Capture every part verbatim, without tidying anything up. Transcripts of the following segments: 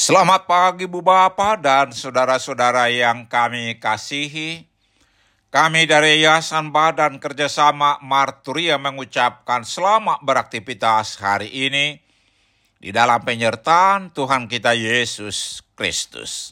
Selamat pagi Bu Bapak dan saudara-saudara yang kami kasihi. Kami dari Yayasan Badan Kerjasama Marturia mengucapkan selamat beraktivitas hari ini di dalam penyertaan Tuhan kita Yesus Kristus.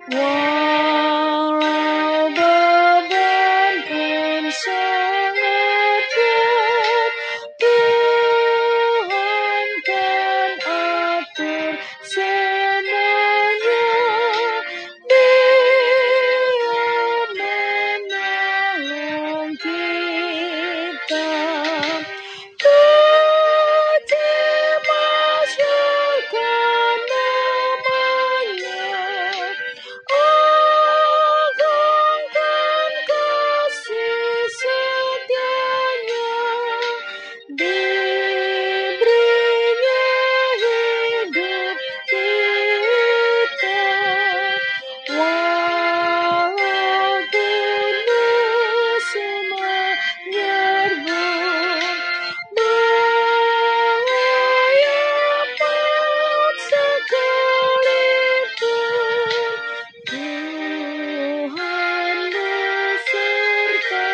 Walau beban pun sangat berat, Tuhan kan atur semuanya. Dia menolong kita. Kecil masyarakat namanya, agungkan kasih setianya. Diberinya hidup kita, walaupun semua menyerbu. Bahaya maut sekalipun, Tuhan beserta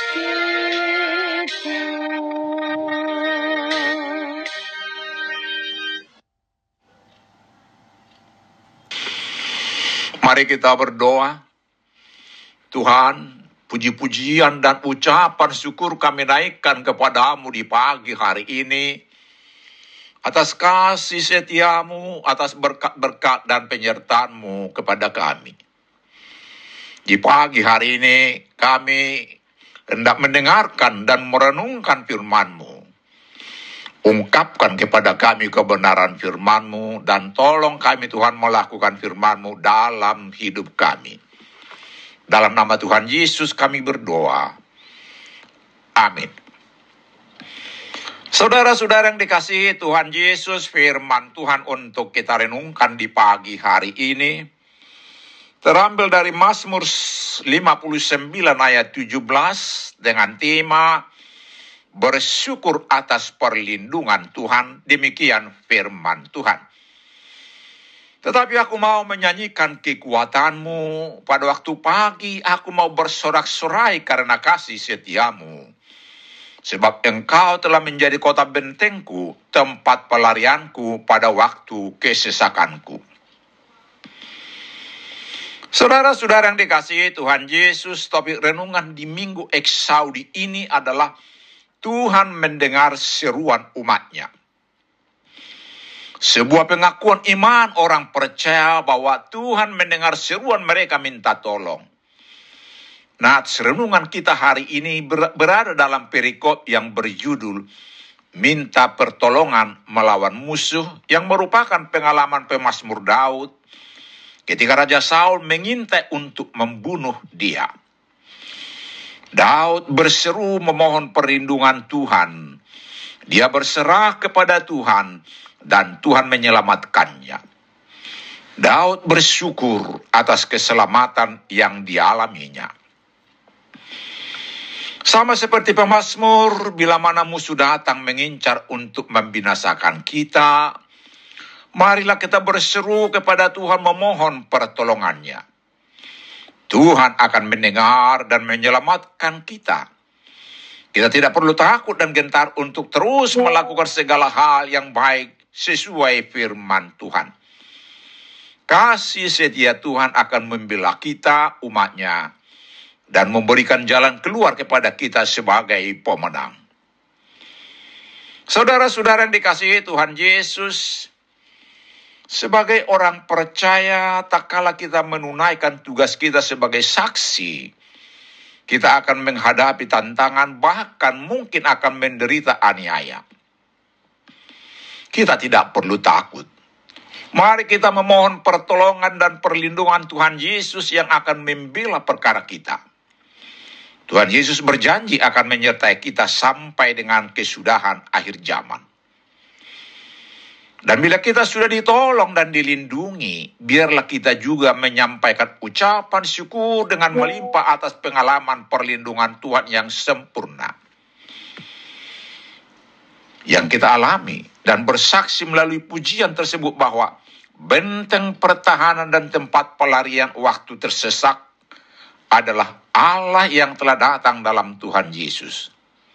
kita. Mari kita berdoa. Tuhan, puji-pujian dan ucapan syukur kami naikkan kepadamu di pagi hari ini. Atas kasih setiamu, atas berkat-berkat dan penyertaanmu kepada kami. Di pagi hari ini kami hendak mendengarkan dan merenungkan firman-Mu. Ungkapkan kepada kami kebenaran firman-Mu dan tolong kami Tuhan melakukan firman-Mu dalam hidup kami. Dalam nama Tuhan Yesus kami berdoa. Amin. Saudara-saudara yang dikasihi Tuhan Yesus, firman Tuhan untuk kita renungkan di pagi hari ini terambil dari Mazmur lima puluh sembilan ayat tujuh belas dengan tema bersyukur atas perlindungan Tuhan. Demikian firman Tuhan. Tetapi aku mau menyanyikan kekuatan-Mu. Pada waktu pagi aku mau bersorak-sorai karena kasih setiamu. Sebab Engkau telah menjadi kota bentengku, tempat pelarianku pada waktu kesesakanku. Saudara-saudara yang dikasihi Tuhan Yesus, topik renungan di Minggu Eksaudi ini adalah Tuhan mendengar seruan umat-Nya. Sebuah pengakuan iman orang percaya bahwa Tuhan mendengar seruan mereka minta tolong. Nah, renungan kita hari ini berada dalam perikop yang berjudul Minta Pertolongan Melawan Musuh, yang merupakan pengalaman pemazmur Daud ketika Raja Saul mengintai untuk membunuh dia. Daud berseru memohon perlindungan Tuhan. Dia berserah kepada Tuhan dan Tuhan menyelamatkannya. Daud bersyukur atas keselamatan yang dialaminya. Sama seperti pemazmur, bila mana musuh datang mengincar untuk membinasakan kita, marilah kita berseru kepada Tuhan memohon pertolongannya. Tuhan akan mendengar dan menyelamatkan kita. Kita tidak perlu takut dan gentar untuk terus melakukan segala hal yang baik sesuai firman Tuhan. Kasih setia Tuhan akan membela kita, umat-Nya, dan memberikan jalan keluar kepada kita sebagai pemenang. Saudara-saudara yang dikasihi Tuhan Yesus, sebagai orang percaya, tak kala kita menunaikan tugas kita sebagai saksi, kita akan menghadapi tantangan, bahkan mungkin akan menderita aniaya. Kita tidak perlu takut. Mari kita memohon pertolongan dan perlindungan Tuhan Yesus yang akan membela perkara kita. Tuhan Yesus berjanji akan menyertai kita sampai dengan kesudahan akhir zaman. Dan bila kita sudah ditolong dan dilindungi, biarlah kita juga menyampaikan ucapan syukur dengan melimpah atas pengalaman perlindungan Tuhan yang sempurna yang kita alami, dan bersaksi melalui pujian tersebut bahwa benteng pertahanan dan tempat pelarian waktu tersesak adalah Allah yang telah datang dalam Tuhan Yesus.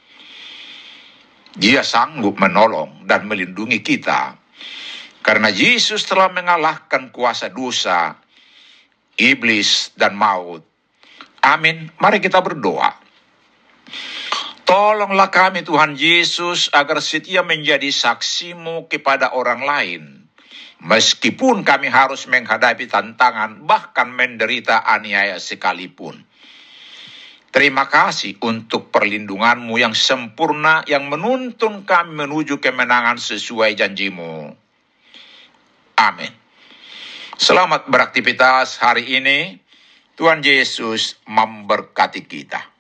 Dia sanggup menolong dan melindungi kita, karena Yesus telah mengalahkan kuasa dosa iblis, dan maut. Amin. Mari kita berdoa. Tolonglah kami Tuhan Yesus agar setia menjadi saksi-Mu kepada orang lain. Meskipun kami harus menghadapi tantangan, bahkan menderita aniaya sekalipun. Terima kasih untuk perlindungan-Mu yang sempurna yang menuntun kami menuju kemenangan sesuai janji-Mu. Amin. Selamat beraktivitas hari ini. Tuhan Yesus memberkati kita.